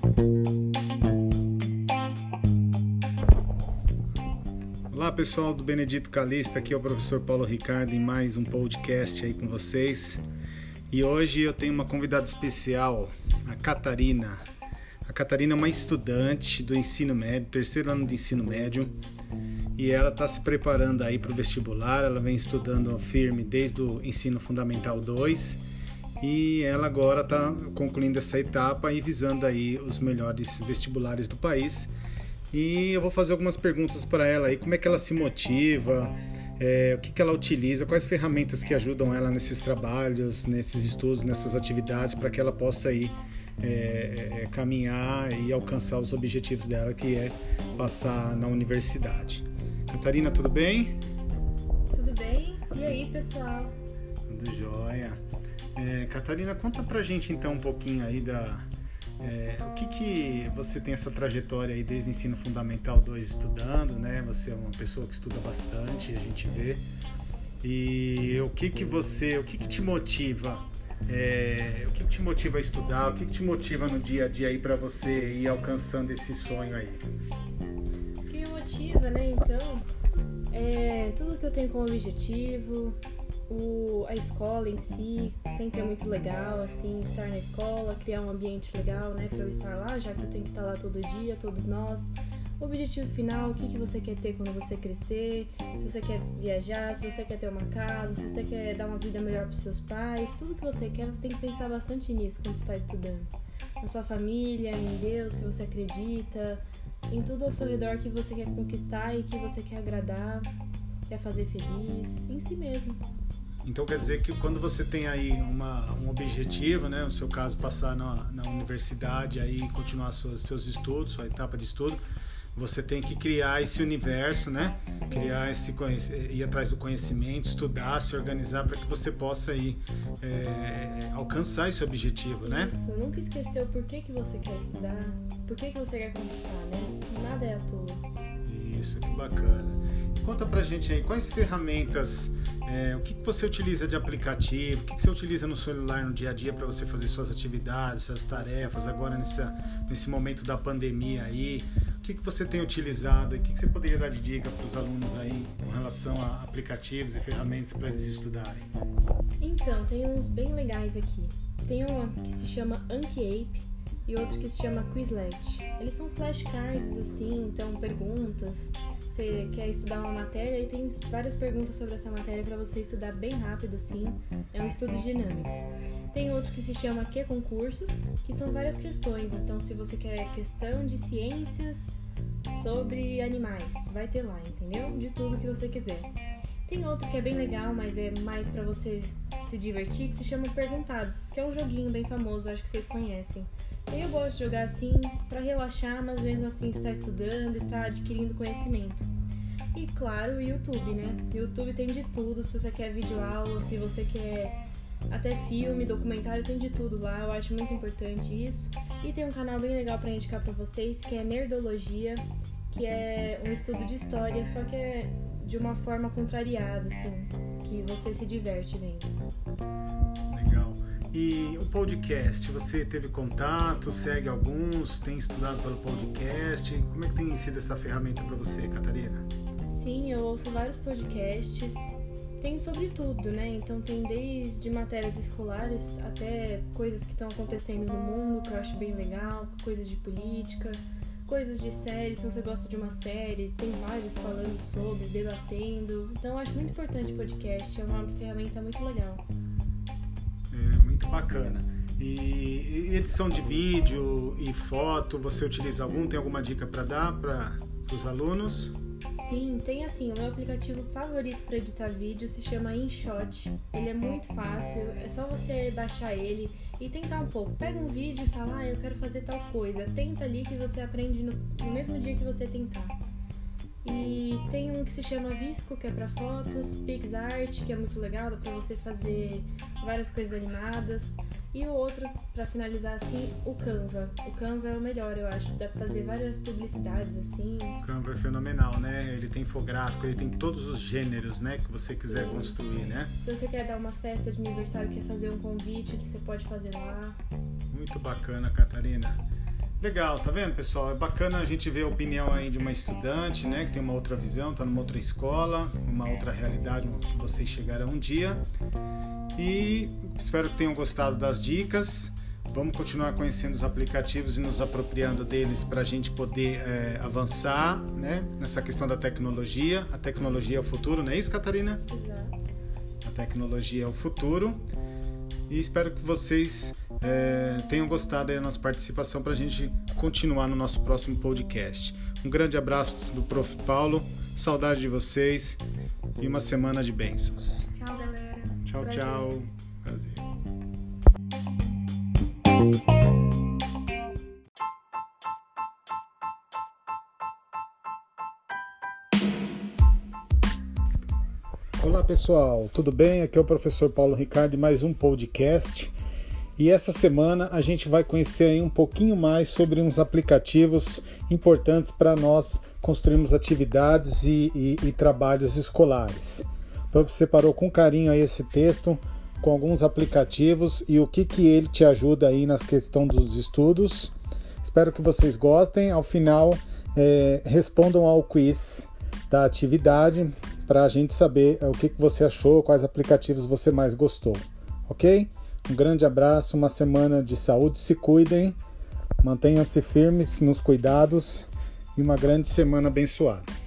Olá pessoal do Benedito Calista, aqui é o professor Paulo Ricardo em mais um podcast aí com vocês. E hoje eu tenho uma convidada especial, a Catarina. A Catarina é uma estudante do ensino médio, terceiro ano de ensino médio, e ela está se preparando aí para o vestibular. Ela vem estudando firme desde o ensino fundamental 2 e ela agora está concluindo essa etapa e visando aí os melhores vestibulares do país. E eu vou fazer algumas perguntas para ela aí, como é que ela se motiva, o que ela utiliza, quais ferramentas que ajudam ela nesses trabalhos, nesses estudos, nessas atividades, para que ela possa aí caminhar e alcançar os objetivos dela, que é passar na universidade. Catarina, tudo bem? Tudo bem? E aí, pessoal? Tudo jóia. Catarina, conta pra gente então um pouquinho aí o que você tem essa trajetória aí desde o ensino fundamental 2 estudando, né? Você é uma pessoa que estuda bastante, a gente vê. E o que te motiva? O que te motiva a estudar? O que te motiva no dia a dia aí para você ir alcançando esse sonho aí? O que me motiva, né? Então, tudo que eu tenho como objetivo. A escola em si sempre é muito legal, assim, estar na escola, criar um ambiente legal, né, para eu estar lá, já que eu tenho que estar lá todo dia, todos nós. O objetivo final, o que você quer ter quando você crescer, se você quer viajar, se você quer ter uma casa, se você quer dar uma vida melhor para os seus pais, tudo que você quer, você tem que pensar bastante nisso quando você está estudando. Na sua família, em Deus, se você acredita, em tudo ao seu redor que você quer conquistar e que você quer agradar, quer fazer feliz, em si mesmo. Então quer dizer que quando você tem aí um objetivo, né, no seu caso passar na universidade, aí continuar seus estudos, sua etapa de estudo, você tem que criar esse universo, né, criar ir atrás do conhecimento, estudar, se organizar para que você possa aí alcançar esse objetivo, né? Isso, nunca esqueceu por que você quer estudar, por que você quer conquistar, né? Nada é à toa. Isso, que bacana. E conta pra gente aí, quais ferramentas, o que você utiliza de aplicativo, o que você utiliza no celular no dia a dia para você fazer suas atividades, suas tarefas, agora nesse momento da pandemia aí, o que você tem utilizado e o que você poderia dar de dica para os alunos aí com relação a aplicativos e ferramentas para eles estudarem? Então, tem uns bem legais aqui. Tem um que se chama Anki-Ape e outro que se chama Quizlet. Eles são flashcards, assim, então perguntas. Você quer estudar uma matéria e tem várias perguntas sobre essa matéria para você estudar bem rápido, assim. É um estudo dinâmico. Tem outro que se chama Q-Concursos, que são várias questões. Então, se você quer questão de ciências sobre animais, vai ter lá, entendeu? De tudo que você quiser. Tem outro que é bem legal, mas é mais para você se divertir, que se chama Perguntados, que é um joguinho bem famoso, acho que vocês conhecem. Eu gosto de jogar assim para relaxar, mas mesmo assim está estudando, está adquirindo conhecimento. E claro, o YouTube, né? O YouTube tem de tudo, se você quer videoaula, se você quer até filme, documentário, tem de tudo lá, eu acho muito importante isso. E tem um canal bem legal para indicar para vocês, que é Nerdologia, que é um estudo de história, só que é de uma forma contrariada, assim, que você se diverte vendo. Legal. E o podcast, você teve contato, segue alguns, tem estudado pelo podcast? Como é que tem sido essa ferramenta para você, Catarina? Sim, eu ouço vários podcasts, tem sobre tudo, né? Então tem desde matérias escolares até coisas que estão acontecendo no mundo, que eu acho bem legal, coisas de política, coisas de série, se você gosta de uma série, tem vários falando sobre, debatendo. Então eu acho muito importante o podcast, é uma ferramenta muito legal. Muito bacana. E edição de vídeo e foto, você utiliza algum? Tem alguma dica para dar para os alunos? Sim, tem assim, o meu aplicativo favorito para editar vídeo se chama InShot. Ele é muito fácil, é só você baixar ele e tentar um pouco. Pega um vídeo e fala, eu quero fazer tal coisa. Tenta ali que você aprende no mesmo dia que você tentar. E tem um que se chama Visco, que é para fotos, PixArt, que é muito legal, dá para você fazer várias coisas animadas. E o outro, para finalizar assim, o Canva. O Canva é o melhor, eu acho. Dá pra fazer várias publicidades assim. O Canva é fenomenal, né? Ele tem infográfico, ele tem todos os gêneros, né, que você quiser construir, né? Se você quer dar uma festa de aniversário, quer fazer um convite, que você pode fazer lá. Muito bacana, Catarina. Legal, tá vendo, pessoal? É bacana a gente ver a opinião aí de uma estudante, né, que tem uma outra visão, está numa outra escola, uma outra realidade que vocês chegarão um dia. E espero que tenham gostado das dicas. Vamos continuar conhecendo os aplicativos e nos apropriando deles para a gente poder avançar, né, nessa questão da tecnologia. A tecnologia é o futuro, não é isso, Catarina? Exato. A tecnologia é o futuro. E espero que vocês tenham gostado da nossa participação para a gente continuar no nosso próximo podcast. Um grande abraço do Prof. Paulo, saudade de vocês e uma semana de bênçãos. Tchau, galera. Tchau, Prazer. tchau. Prazer. Olá pessoal, tudo bem? Aqui é o professor Paulo Ricardo, mais um podcast. E essa semana a gente vai conhecer aí um pouquinho mais sobre uns aplicativos importantes para nós construirmos atividades e trabalhos escolares. O prof separou com carinho aí esse texto com alguns aplicativos e o que ele te ajuda aí na questão dos estudos. Espero que vocês gostem. Ao final, respondam ao quiz da atividade para a gente saber o que você achou, quais aplicativos você mais gostou, ok? Um grande abraço, uma semana de saúde, se cuidem, mantenham-se firmes nos cuidados e uma grande semana abençoada.